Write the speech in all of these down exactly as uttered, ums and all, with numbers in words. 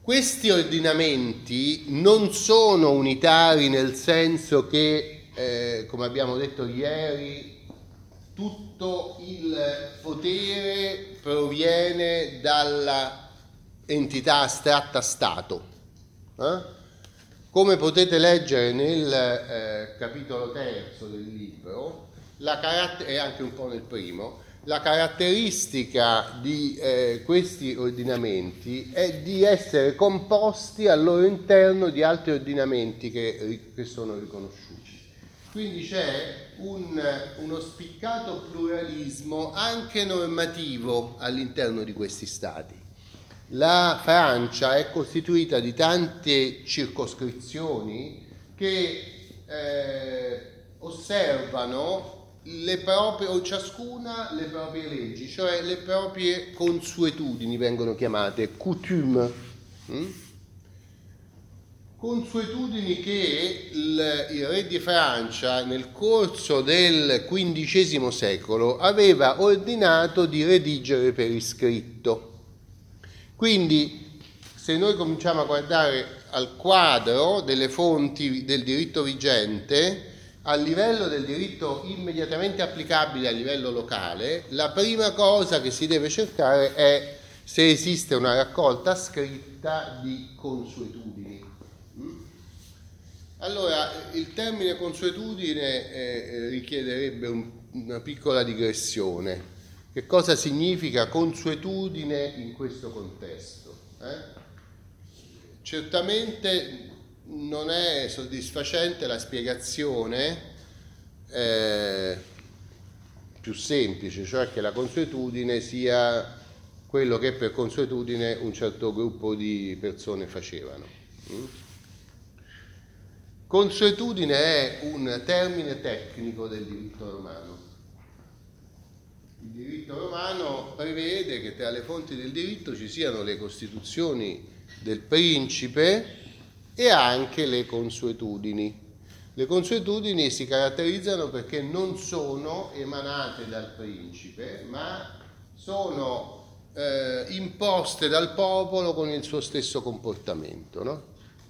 questi ordinamenti non sono unitari nel senso che, eh, come abbiamo detto ieri, tutto il potere proviene dalla entità astratta Stato. Eh? Come potete leggere nel eh, capitolo terzo del libro, la caratter- e anche un po' nel primo, la caratteristica di eh, questi ordinamenti è di essere composti al loro interno di altri ordinamenti che, che sono riconosciuti. Quindi c'è un, uno spiccato pluralismo anche normativo all'interno di questi stati. La Francia è costituita di tante circoscrizioni che eh, osservano le proprie, o ciascuna le proprie leggi, cioè le proprie consuetudini vengono chiamate coutume. Mm? Consuetudini che il, il re di Francia nel corso del quindicesimo secolo aveva ordinato di redigere per iscritto. Quindi, se noi cominciamo a guardare al quadro delle fonti del diritto vigente, a livello del diritto immediatamente applicabile a livello locale, la prima cosa che si deve cercare è se esiste una raccolta scritta di consuetudini. Allora, il termine consuetudine eh, richiederebbe un, una piccola digressione. Che cosa significa consuetudine in questo contesto? Eh? Certamente non è soddisfacente la spiegazione eh, più semplice, cioè che la consuetudine sia quello che per consuetudine un certo gruppo di persone facevano. Mm? Consuetudine è un termine tecnico del diritto romano. Il diritto romano prevede che tra le fonti del diritto ci siano le costituzioni del principe e anche le consuetudini. Le consuetudini si caratterizzano perché non sono emanate dal principe, ma sono eh, imposte dal popolo con il suo stesso comportamento, no?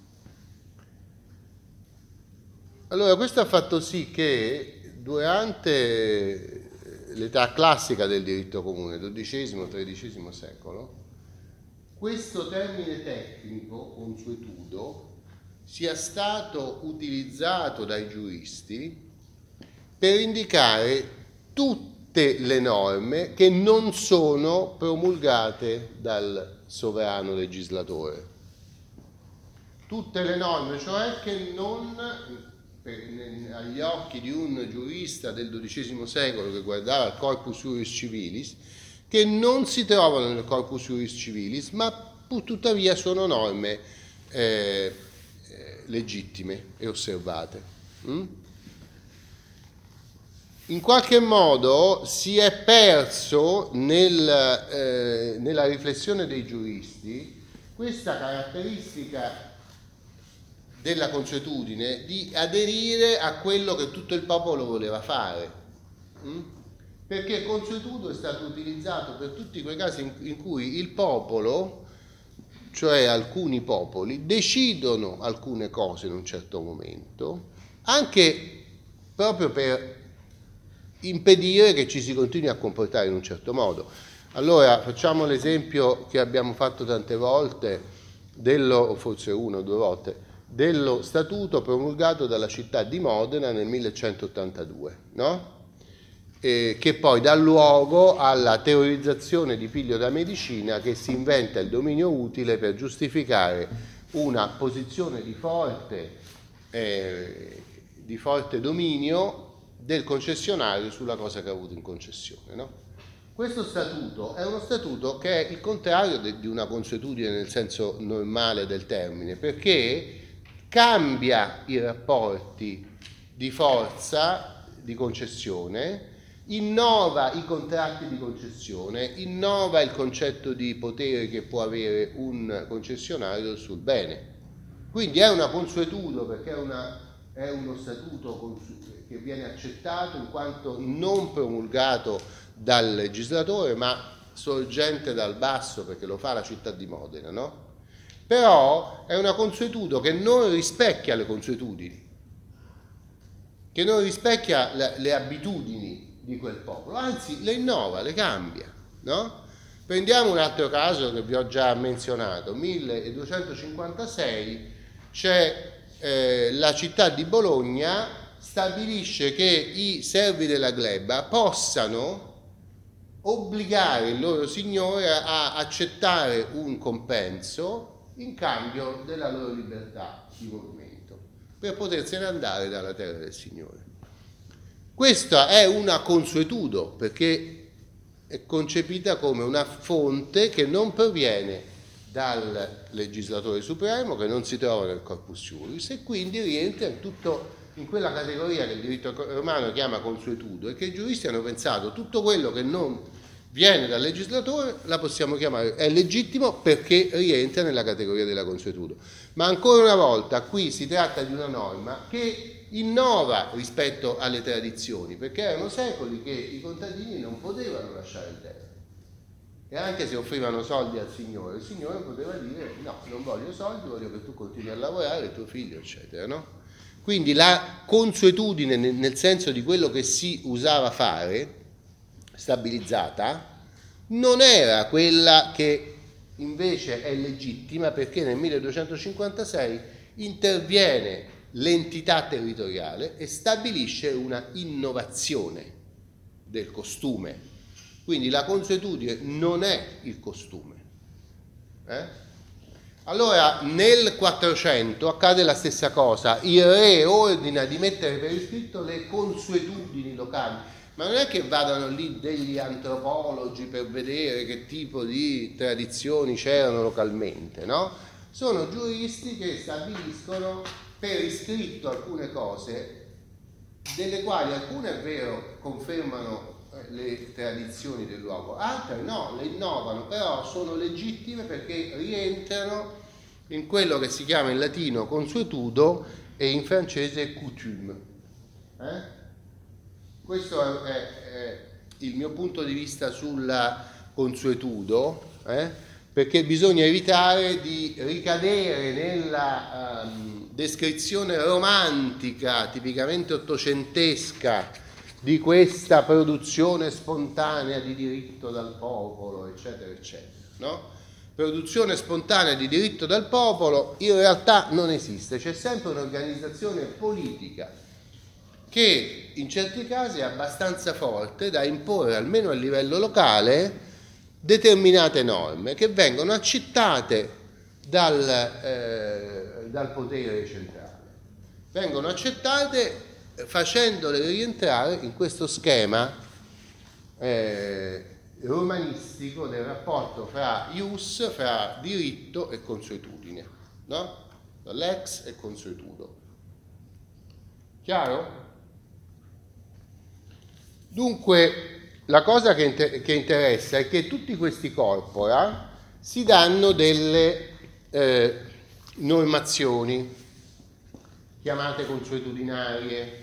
Allora, questo ha fatto sì che durante l'età classica del diritto comune, dodicesimo tredicesimo secolo, questo termine tecnico, consuetudo, sia stato utilizzato dai giuristi per indicare tutte le norme che non sono promulgate dal sovrano legislatore. Tutte le norme, cioè che non, per, agli occhi di un giurista del dodicesimo secolo che guardava il corpus juris civilis, che non si trovano nel corpus juris civilis, ma pur tuttavia sono norme eh, legittime e osservate. Mm? In qualche modo si è perso nel, eh, nella riflessione dei giuristi questa caratteristica della consuetudine di aderire a quello che tutto il popolo voleva fare. Mm? Perché consuetudo è stato utilizzato per tutti quei casi in, in cui il popolo, cioè alcuni popoli, decidono alcune cose in un certo momento, anche proprio per impedire che ci si continui a comportare in un certo modo. Allora, facciamo l'esempio che abbiamo fatto tante volte, dello, o forse una o due volte, dello statuto promulgato dalla città di Modena nel millecentottantadue, no? Eh, che poi dà luogo alla teorizzazione di Piglio da Medicina, che si inventa il dominio utile per giustificare una posizione di forte, eh, di forte dominio del concessionario sulla cosa che ha avuto in concessione, no? Questo statuto è uno statuto che è il contrario de, di una consuetudine nel senso normale del termine, perché cambia i rapporti di forza di concessione, innova i contratti di concessione, innova il concetto di potere che può avere un concessionario sul bene. Quindi è una consuetudo perché è, una, è uno statuto che viene accettato in quanto non promulgato dal legislatore, ma sorgente dal basso, perché lo fa la città di Modena, no? però è una consuetudo che non rispecchia le consuetudini, che non rispecchia le, le abitudini di quel popolo, anzi le innova, le cambia, no? Prendiamo un altro caso che vi ho già menzionato, milleduecentocinquantasei, c'è eh, la città di Bologna stabilisce che i servi della gleba possano obbligare il loro signore a accettare un compenso in cambio della loro libertà di movimento per potersene andare dalla terra del Signore. Questa è una consuetudo perché è concepita come una fonte che non proviene dal legislatore supremo, che non si trova nel corpus iuris, e quindi rientra in tutto in quella categoria che il diritto romano chiama consuetudo, e che i giuristi hanno pensato tutto quello che non viene dal legislatore la possiamo chiamare, è legittimo perché rientra nella categoria della consuetudo. Ma ancora una volta qui si tratta di una norma che innova rispetto alle tradizioni, perché erano secoli che i contadini non potevano lasciare il terra, e anche se offrivano soldi al signore, il signore poteva dire no, non voglio soldi, voglio che tu continui a lavorare, il tuo figlio, eccetera, no? Quindi la consuetudine nel senso di quello che si usava fare, stabilizzata, non era quella che invece è legittima, perché nel milleduecentocinquantasei interviene l'entità territoriale e stabilisce una innovazione del costume. Quindi la consuetudine non è il costume. Eh? Allora nel quattrocento accade la stessa cosa, il re ordina di mettere per iscritto le consuetudini locali, ma non è che vadano lì degli antropologi per vedere che tipo di tradizioni c'erano localmente, no? Sono giuristi che stabiliscono per iscritto alcune cose, delle quali alcune è vero confermano le tradizioni del luogo, altre no, le innovano, però sono legittime perché rientrano in quello che si chiama in latino consuetudo e in francese coutume. Eh? Questo è, è, è il mio punto di vista sulla consuetudo, eh? Perché bisogna evitare di ricadere nella um, descrizione romantica, tipicamente ottocentesca, di questa produzione spontanea di diritto dal popolo, eccetera, eccetera, no? Produzione spontanea di diritto dal popolo in realtà non esiste, c'è sempre un'organizzazione politica che in certi casi è abbastanza forte da imporre, almeno a livello locale, determinate norme che vengono accettate dal, eh, dal potere centrale, vengono accettate facendole rientrare in questo schema eh, romanistico del rapporto fra ius, fra diritto e consuetudine, no? Lex e consuetudo. Chiaro? Dunque, la cosa che, inter- che interessa è che tutti questi corpora si danno delle eh, normazioni chiamate consuetudinarie.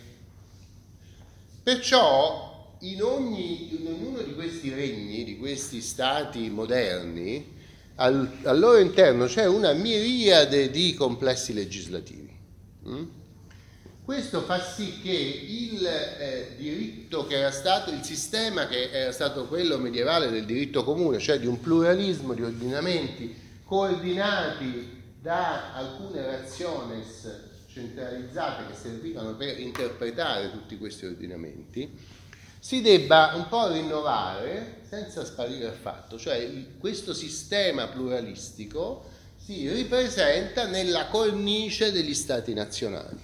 Perciò in, ogni, in ognuno di questi regni, di questi stati moderni, al, al loro interno c'è una miriade di complessi legislativi. Mm? Questo fa sì che il eh, diritto che era stato, il sistema che era stato quello medievale del diritto comune, cioè di un pluralismo di ordinamenti coordinati da alcune rationes centralizzate che servivano per interpretare tutti questi ordinamenti, si debba un po' rinnovare senza sparire affatto, cioè il, questo sistema pluralistico si ripresenta nella cornice degli stati nazionali.